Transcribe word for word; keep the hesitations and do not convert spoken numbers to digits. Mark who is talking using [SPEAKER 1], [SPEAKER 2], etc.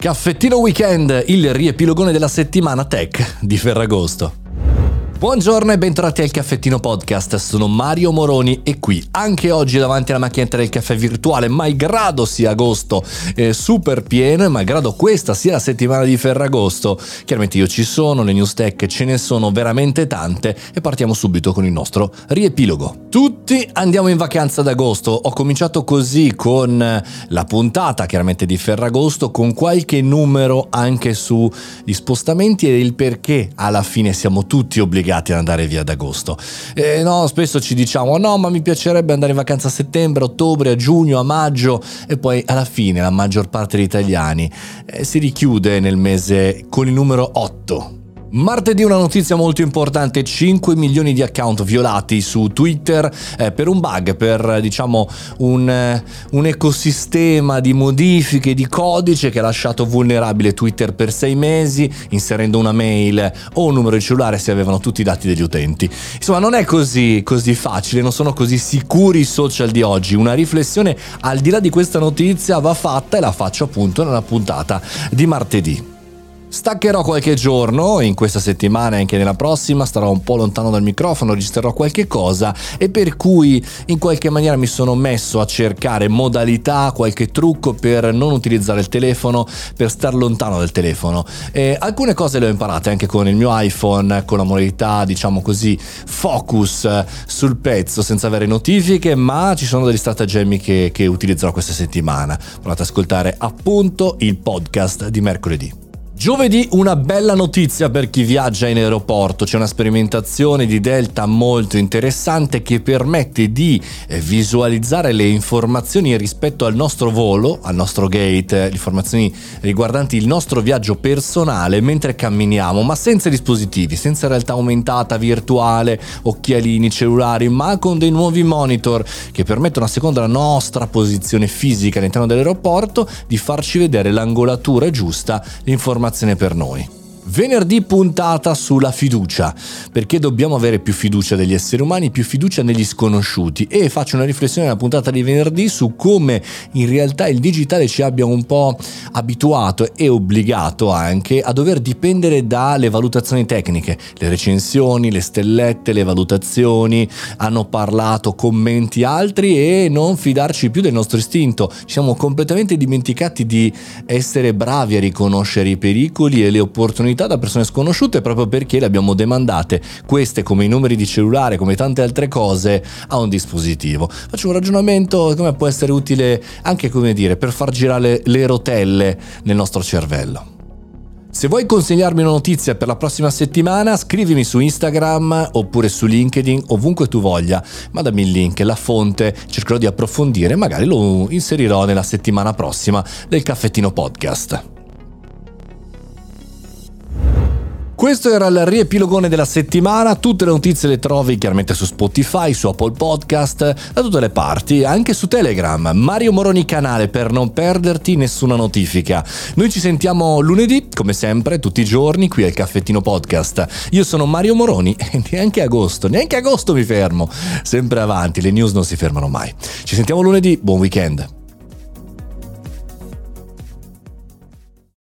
[SPEAKER 1] Caffettino Weekend, il riepilogone della settimana tech di Ferragosto. Buongiorno e bentornati al Caffettino Podcast, sono Mario Moroni e qui anche oggi davanti alla macchinetta del caffè virtuale, malgrado sia agosto eh, super pieno e malgrado questa sia la settimana di Ferragosto. Chiaramente io ci sono, le news tech ce ne sono veramente tante e partiamo subito con il nostro riepilogo. Tutti andiamo in vacanza ad agosto, ho cominciato così con la puntata chiaramente di Ferragosto con qualche numero anche sugli spostamenti e il perché alla fine siamo tutti obbligati ad andare via ad agosto. Eh, no, spesso ci diciamo no, ma mi piacerebbe andare in vacanza a settembre, ottobre, a giugno, a maggio, e poi alla fine la maggior parte degli italiani eh, si richiude nel mese con il numero otto. Martedì una notizia molto importante: cinque milioni di account violati su Twitter eh, per un bug, per diciamo un, eh, un ecosistema di modifiche di codice che ha lasciato vulnerabile Twitter per sei mesi, inserendo una mail o un numero di cellulare se avevano tutti i dati degli utenti. Insomma, non è così, così facile, non sono così sicuri i social di oggi. Una riflessione al di là di questa notizia va fatta e la faccio appunto nella puntata di martedì. Staccherò qualche giorno, in questa settimana e anche nella prossima, starò un po' lontano dal microfono, registrerò qualche cosa e per cui in qualche maniera mi sono messo a cercare modalità, qualche trucco per non utilizzare il telefono, per star lontano dal telefono. E alcune cose le ho imparate anche con il mio iPhone, con la modalità diciamo così focus sul pezzo senza avere notifiche, ma ci sono degli stratagemmi che, che utilizzerò questa settimana. Provate ad ascoltare appunto il podcast di mercoledì. Giovedì una bella notizia per chi viaggia in aeroporto, c'è una sperimentazione di Delta molto interessante che permette di visualizzare le informazioni rispetto al nostro volo, al nostro gate, le informazioni riguardanti il nostro viaggio personale mentre camminiamo, ma senza dispositivi, senza realtà aumentata, virtuale, occhialini, cellulari, ma con dei nuovi monitor che permettono, a seconda della nostra posizione fisica all'interno dell'aeroporto, di farci vedere l'angolatura giusta, l'informazione per noi. Venerdì puntata sulla fiducia, perché dobbiamo avere più fiducia degli esseri umani, più fiducia negli sconosciuti, e faccio una riflessione nella puntata di venerdì su come in realtà il digitale ci abbia un po' abituato e obbligato anche a dover dipendere dalle valutazioni tecniche, le recensioni, le stellette, le valutazioni, hanno parlato commenti altri e non fidarci più del nostro istinto. Ci siamo completamente dimenticati di essere bravi a riconoscere i pericoli e le opportunità da persone sconosciute, proprio perché le abbiamo demandate queste, come i numeri di cellulare, come tante altre cose, a un dispositivo. Faccio un ragionamento come può essere utile anche, come dire, per far girare le rotelle nel nostro cervello. Se vuoi consigliarmi una notizia per la prossima settimana, scrivimi su Instagram oppure su LinkedIn, ovunque tu voglia, mandami il link, la fonte, cercherò di approfondire, magari lo inserirò nella settimana prossima del Caffettino Podcast. Questo era il riepilogone della settimana, tutte le notizie le trovi chiaramente su Spotify, su Apple Podcast, da tutte le parti, anche su Telegram, Mario Moroni canale per non perderti nessuna notifica. Noi ci sentiamo lunedì, come sempre, tutti i giorni, qui al Caffettino Podcast. Io sono Mario Moroni e neanche agosto, neanche agosto mi fermo, sempre avanti, le news non si fermano mai. Ci sentiamo lunedì, buon weekend.